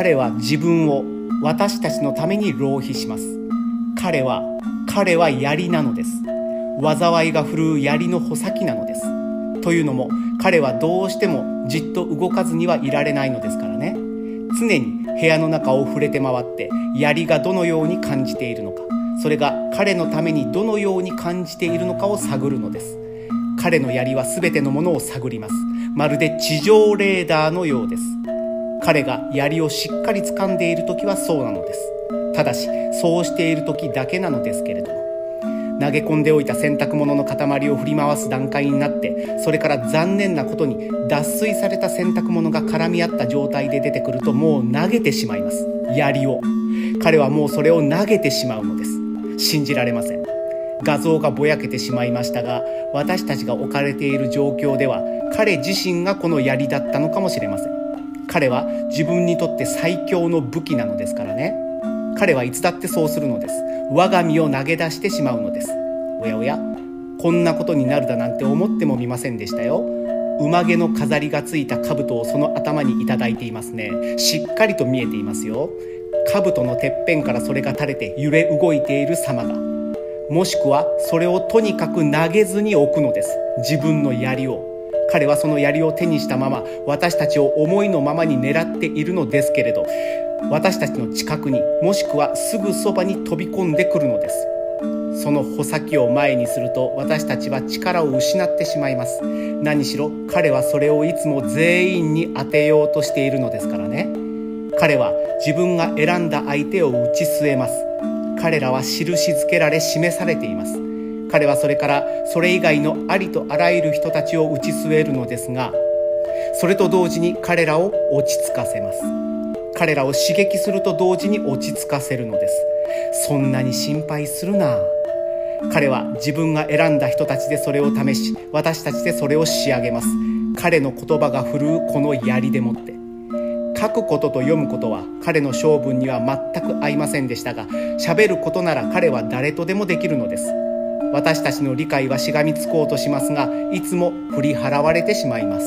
彼は自分を私たちのために浪費します。彼は槍なのです。災いが振るう槍の穂先なのです。というのも彼はどうしてもじっと動かずにはいられないのですからね。常に部屋の中を触れて回って槍がどのように感じているのか、それが彼のためにどのように感じているのかを探るのです。彼の槍はすべてのものを探ります。まるで地上レーダーのようです。彼が槍をしっかり掴んでいるときはそうなのです。ただしそうしているときだけなのですけれども、投げ込んでおいた洗濯物の塊を振り回す段階になって、それから残念なことに脱水された洗濯物が絡み合った状態で出てくると、もう投げてしまいます。槍を。彼はもうそれを投げてしまうのです。信じられません。画像がぼやけてしまいましたが、私たちが置かれている状況では彼自身がこの槍だったのかもしれません。彼は自分にとって最強の武器なのですからね。彼はいつだってそうするのです。我が身を投げ出してしまうのです。おやおや、こんなことになるだなんて思ってもみませんでしたよ。馬毛の飾りがついた兜をその頭にいただいていますね。しっかりと見えていますよ。兜のてっぺんからそれが垂れて揺れ動いている様が。もしくはそれをとにかく投げずに置くのです。自分の槍を。彼はその槍を手にしたまま私たちを思いのままに狙っているのですけれど、私たちの近くにもしくはすぐそばに飛び込んでくるのです。その穂先を前にすると私たちは力を失ってしまいます。何しろ彼はそれをいつも全員に当てようとしているのですからね。彼は自分が選んだ相手を打ち据えます。彼らは印付けられ示されています。彼はそれからそれ以外のありとあらゆる人たちを打ち据えるのですが、それと同時に彼らを落ち着かせます。彼らを刺激すると同時に落ち着かせるのです。そんなに心配するな。彼は自分が選んだ人たちでそれを試し、私たちでそれを仕上げます。彼の言葉が振るうこの槍でもって。書くことと読むことは彼の性分には全く合いませんでしたが、喋ることなら彼は誰とでもできるのです。私たちの理解はしがみつこうとしますが、いつも振り払われてしまいます、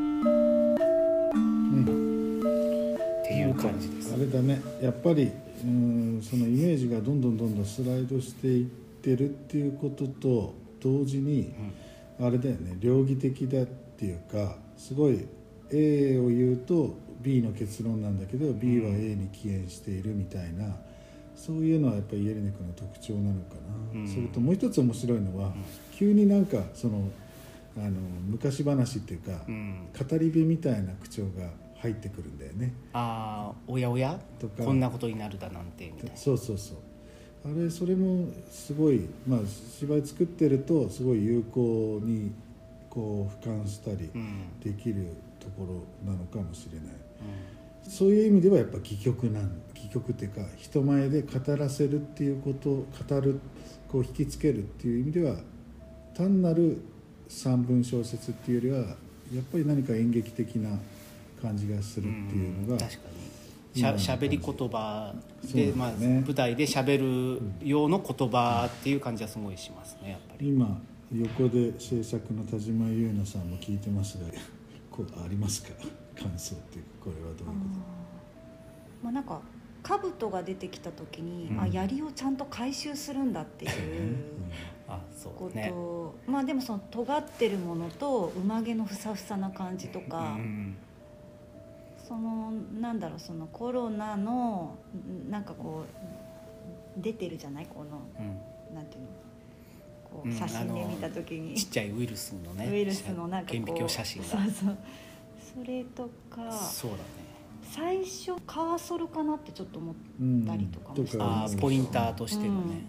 っていう感じです。 あれだね、やっぱりそのイメージがどんどんスライドしていってるっていうことと同時に、あれだよね、両義的だっていうか、すごい A を言うと B の結論なんだけど B は A に起因しているみたいな、そういうのはやっぱりイエレネクの特徴なのかな、それともう一つ面白いのは、急になんかその昔話っていうか、語り部みたいな口調が入ってくるんだよね。 おやおやとか、 こんなことになるだなんてみたいな。 そうそれもすごい、芝居作ってるとすごい有効にこう俯瞰したりできるところなのかもしれない、そういう意味ではやっぱ戯曲っていうか、人前で語らせるっていうことを語る、こう引きつけるっていう意味では、単なる散文小説っていうよりはやっぱり何か演劇的な感じがするっていうのが、 確かに喋り言葉で、 ね、 舞台で喋る用の言葉っていう感じはすごいしますね、やっぱり。 今横で制作の田島優奈さんも聞いてますが、こうありますか、感想っていうか、これはどういうこと？ なんか兜が出てきた時に、槍をちゃんと回収するんだっていうこと、でもその尖ってるものと馬毛のふさふさな感じとか、そのなんだろう、そのコロナのなんかこう出てるじゃない、この、なんていうの、こう写真で見た時にちっちゃいウイルスのね、 ウイルスのなんかこう顕微鏡写真が、 それとか、 そうだね、 最初カーソルかなってちょっと思ったりとかもして、 ポインターとしてのね、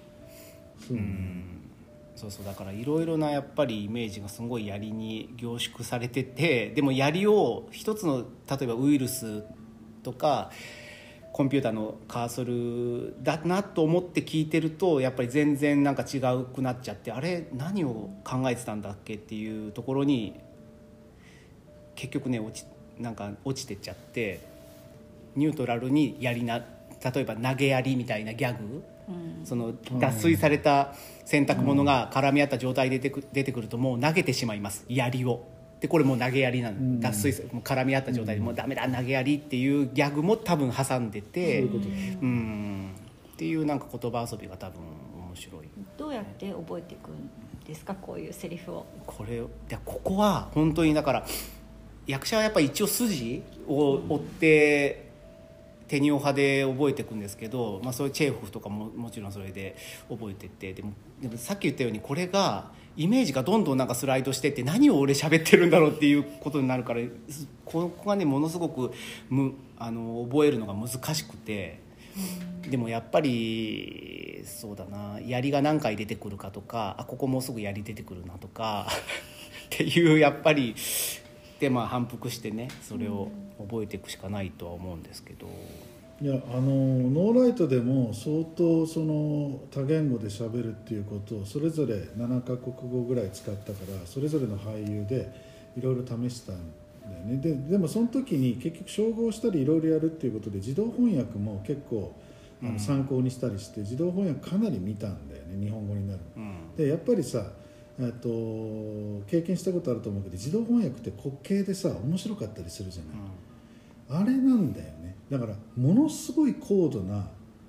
そうだからいろいろなやっぱりイメージがすごい槍に凝縮されてて、でも槍を一つの例えばウイルスとかコンピューターのカーソルだなと思って聞いてると、やっぱり全然なんか違うくなっちゃって、あれ何を考えてたんだっけっていうところに結局ね落ちてっちゃって、ニュートラルに例えば投げ槍みたいなギャグ、その脱水された洗濯物が絡み合った状態で出てくるともう投げてしまいます、槍を。 でこれもう投げやりなの、脱水もう絡み合った状態でもうダメだ投げやりっていうギャグも多分挟んでて、っていうなんか言葉遊びが多分面白い。 どうやって覚えていくんですか、こういうセリフを。 ここは本当にだから役者はやっぱり一応筋を追ってテニオ派で覚えていくんですけど、そういうチェーホフとかももちろんそれで覚えていって、でもさっき言ったようにこれがイメージがどんどんなんかスライドしてって何を俺喋ってるんだろうっていうことになるから、ここがねものすごく覚えるのが難しくて、でもやっぱりそうだな、槍が何回出てくるかとか、ここもうすぐ槍出てくるなとかっていうやっぱりで反復してねそれを覚えていくしかないとは思うんですけど。 いやノーライトでも相当その多言語で喋るっていうことをそれぞれ7カ国語ぐらい使ったから、それぞれの俳優でいろいろ試したんだよね。でもその時に結局照合したりいろいろやるっていうことで自動翻訳も結構参考にしたりして自動翻訳かなり見たんだよね、日本語になる、でやっぱりさ経験したことあると思うけど、自動翻訳って滑稽でさ面白かったりするじゃない、あれなんだよね。だからものすごい高度な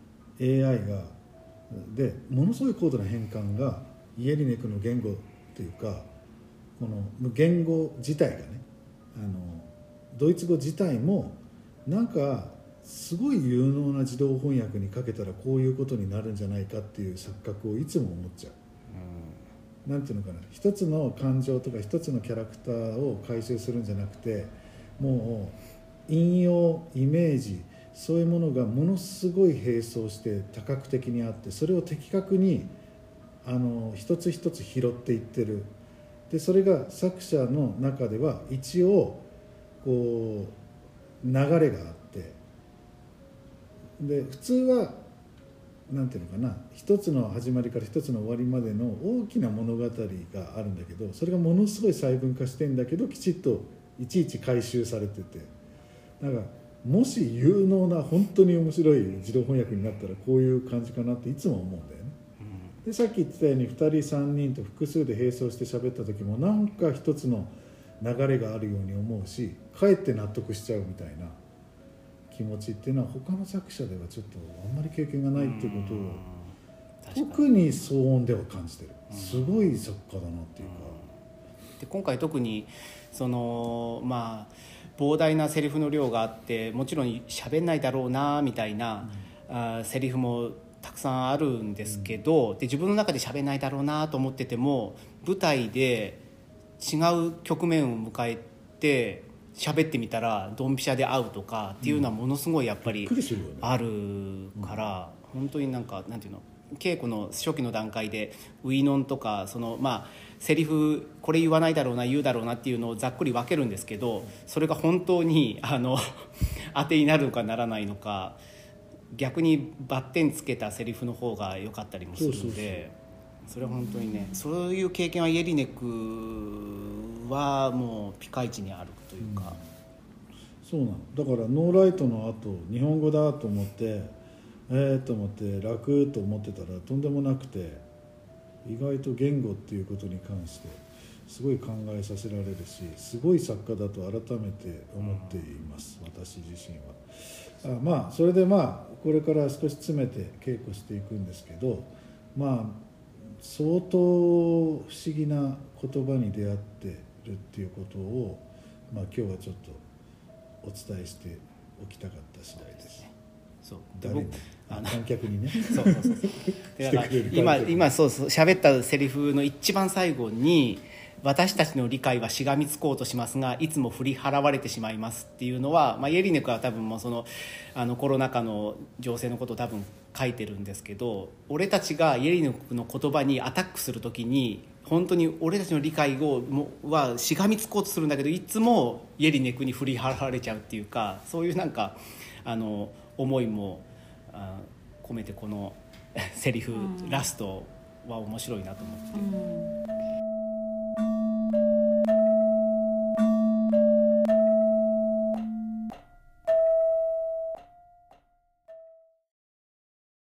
AI がでものすごい高度な変換がイエリネクの言語というかこの言語自体がね、ドイツ語自体もなんかすごい有能な自動翻訳にかけたらこういうことになるんじゃないかっていう錯覚をいつも思っちゃう、なんていうのかな、一つの感情とか一つのキャラクターを回収するんじゃなくて、もう引用イメージそういうものがものすごい並走して多角的にあって、それを的確に一つ一つ拾っていってる。でそれが作者の中では一応こう流れがあって、で普通はなんていうのかな、一つの始まりから一つの終わりまでの大きな物語があるんだけど、それがものすごい細分化してんだけどきちっといちいち回収されてて、なんかもし有能な本当に面白い自動翻訳になったらこういう感じかなっていつも思うんだよね。でさっき言ってたように2人3人と複数で並走して喋った時もなんか一つの流れがあるように思うし、かえって納得しちゃうみたいな気持ちっていうのは他の作者ではちょっとあんまり経験がないっていうことを特に騒音では感じてる。すごい作家だなっていうか、 で今回特にその膨大なセリフの量があって、もちろん喋んないだろうなみたいな、セリフもたくさんあるんですけど、で自分の中で喋んないだろうなと思ってても舞台で違う局面を迎えて喋ってみたらドンピシャで合うとかっていうのはものすごいやっぱりあるから、本当になんていうの、稽古の初期の段階でウイノンとかセリフこれ言わないだろうな言うだろうなっていうのをざっくり分けるんですけど、それが本当に当てになるのかならないのか、逆にバッテンつけたセリフの方が良かったりもするので、それは本当にね、そういう経験はイエリネクはもうピカイチにあるというか、 そうなの。だからノーライトの後日本語だと思ってと思って楽と思ってたらとんでもなくて、意外と言語っていうことに関してすごい考えさせられるし、すごい作家だと改めて思っています、私自身は。それでこれから少し詰めて稽古していくんですけど、相当不思議な言葉に出会ってるっていうことを、今日はちょっとお伝えしておきたかった次第です。 そう誰に観客にねそうだから今喋ったセリフの一番最後に、私たちの理解はしがみつこうとしますがいつも振り払われてしまいますっていうのは、イエリネクは多分もうコロナ禍の情勢のことを多分書いてるんですけど、俺たちがイエリネクの言葉にアタックするときに本当に俺たちの理解はしがみつこうとするんだけど、いつもイエリネクに振り払われちゃうっていうか、そういう思いも込めてこのセリフ、ラストは面白いなと思って、